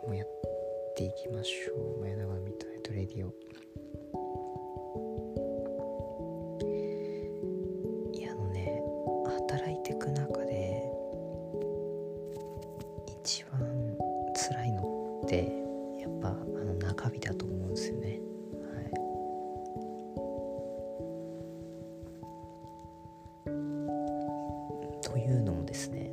もやっていきましょう。真夜中のミッドナイトレディオ。働いていく中で一番辛いのってやっぱ中日だと思うんですよね。というのもですね、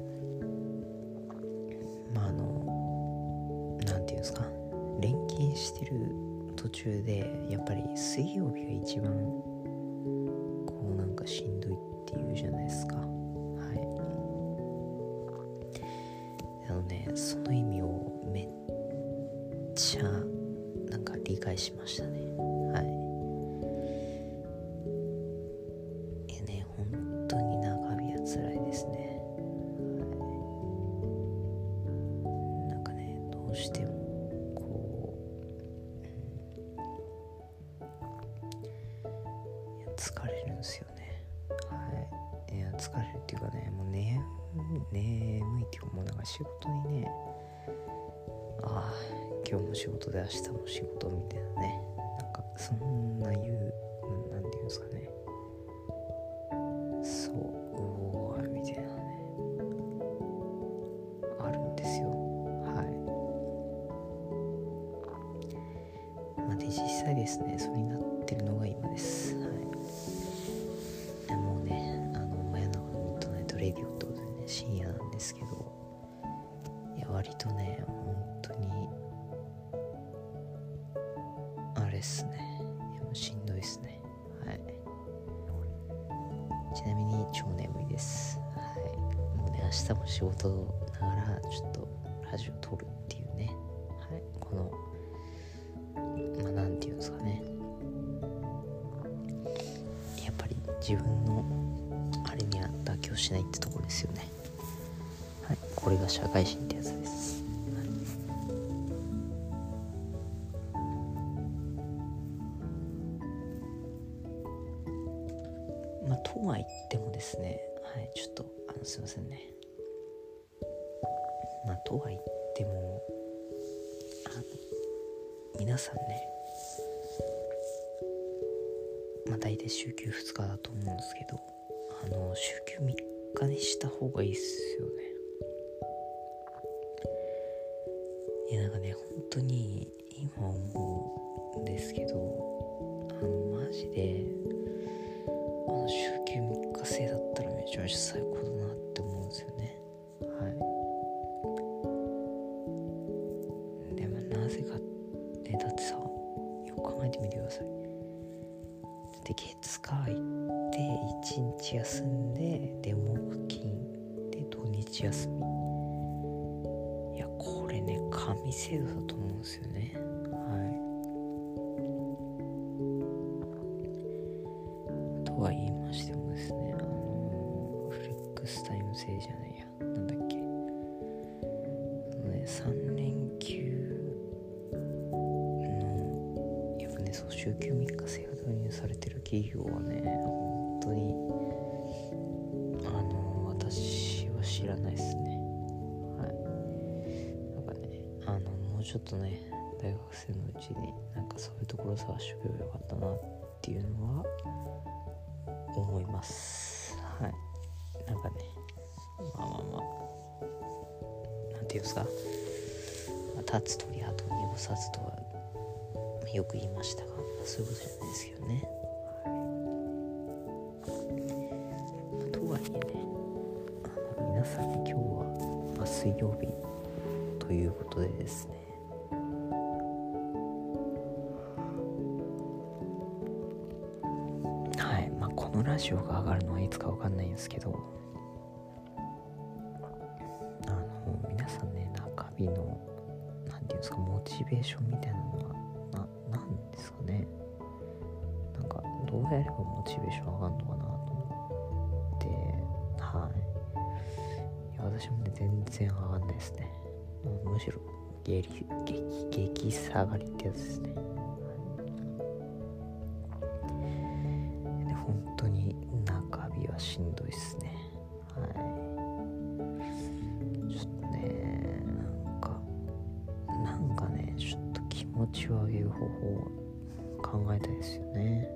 なんていうんですか、連勤してる途中でやっぱり水曜日が一番しんどいっていうじゃないですか。その意味をめっちゃ理解しましたね。本当に中日は辛いですね。どうしても疲れるんですよね。疲れるっていうかね、もう眠いっていうか、もう仕事にね、今日も仕事で明日も仕事みたいなね、そんななんていうんですかね、みたいなね、あるんですよ。で実際ですね、それになってるのが今です。もうね、真夜中のミッドナイトレディオってことでね、深夜なんですけど、割とね、本当にあれっすね、もうしんどいっすね。ちなみに超眠いです。もうね、明日も仕事ながらちょっとラジオ撮るっていうね、このなんていうんですかね、やっぱり自分のあれには妥協しないってところですよね。これが社会人ってやつです。とは言ってもですね、ちょっとすいませんね。とは言っても皆さんね、大体週休2日だと思うんですけど、週休3日にした方がいいっすよね。本当に今思うんですけど、マジで週休3日制だったらめちゃめちゃ最高だなって思うんですよね。でもなぜかってだってさ、よく考えてみてください。で月火行って1日休んで、で木金で土日休み。これね、神制度だと思うんですよね。とは言いましてもですね、フレックスタイム制じゃないや、なんだっけ、3連休のやっぱね、週休3日制が導入されてる企業はね、本当に私は知らないですね。もうちょっとね、大学生のうちにそういうところ探しておけばよかったなっていうのは思います。なんていうんですか、立つ鳥跡に濁さずとはよく言いましたが、そういうことじゃないですけどね。とはいえね、皆さん今日は、水曜日ということでですね、このラジオが上がるのはいつか分かんないんですけど、皆さんね、中日のなんていうんですか、モチベーションみたいなのはなんですかね。どうやればモチベーション上がるのかなと思って、私もね、全然上がんないですね。むしろ激下がりってやつですね。本当に中日はしんどいっすね。ちょっとね、なん持ちを上げる方法を考えたいですよね。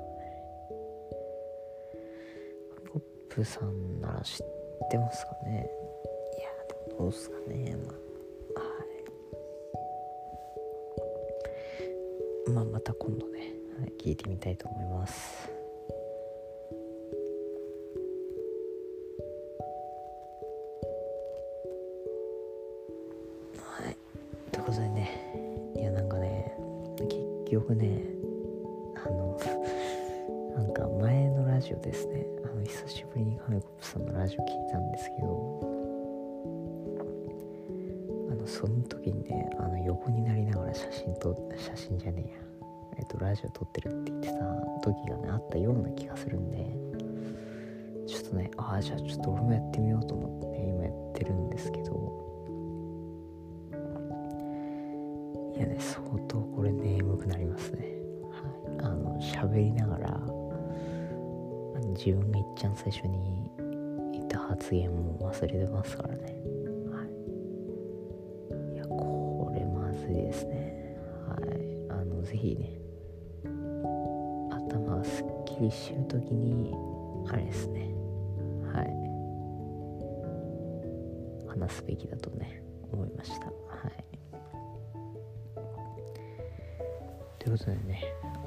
コップさんなら知ってますかね。いやでもどうですかね。また今度ね、聞いてみたいと思います。はい、ということでね、いやなんかね、結局ね、なんか前のラジオですね、久しぶりにカメコップさんのラジオ聞いたんですけど、その時にね、横になりながら写真じゃねえや、ラジオ撮ってるって言ってた時がねあったような気がするんで、ちょっとね、じゃあちょっと俺もやってみようと思ってね、今やってるんですけど、いやね、相当これ眠くなりますね。喋りながら自分がいっちゃん最初に言った発言も忘れてますからね。いやこれまずいですね。ぜひね、頭がすっきりしてる時にあれですね、話すべきだとね思いました。ということでね、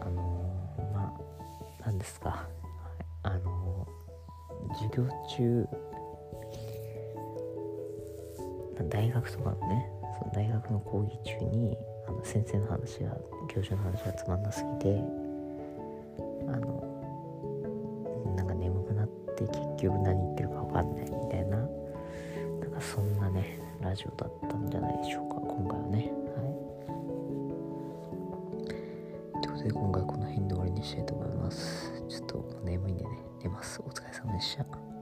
何ですか、授業中、大学とかのね、その大学の講義中に先生の話が、教授の話がつまんなすぎて、なんか眠くなって結局何言ってるか分かんないみたいな、なんかそんなねラジオだったんじゃないでしょうか、今回はね。ということで今回この辺で終わりにしたいと思います。ちょっと眠いんでね、寝ます。お疲れ様でした。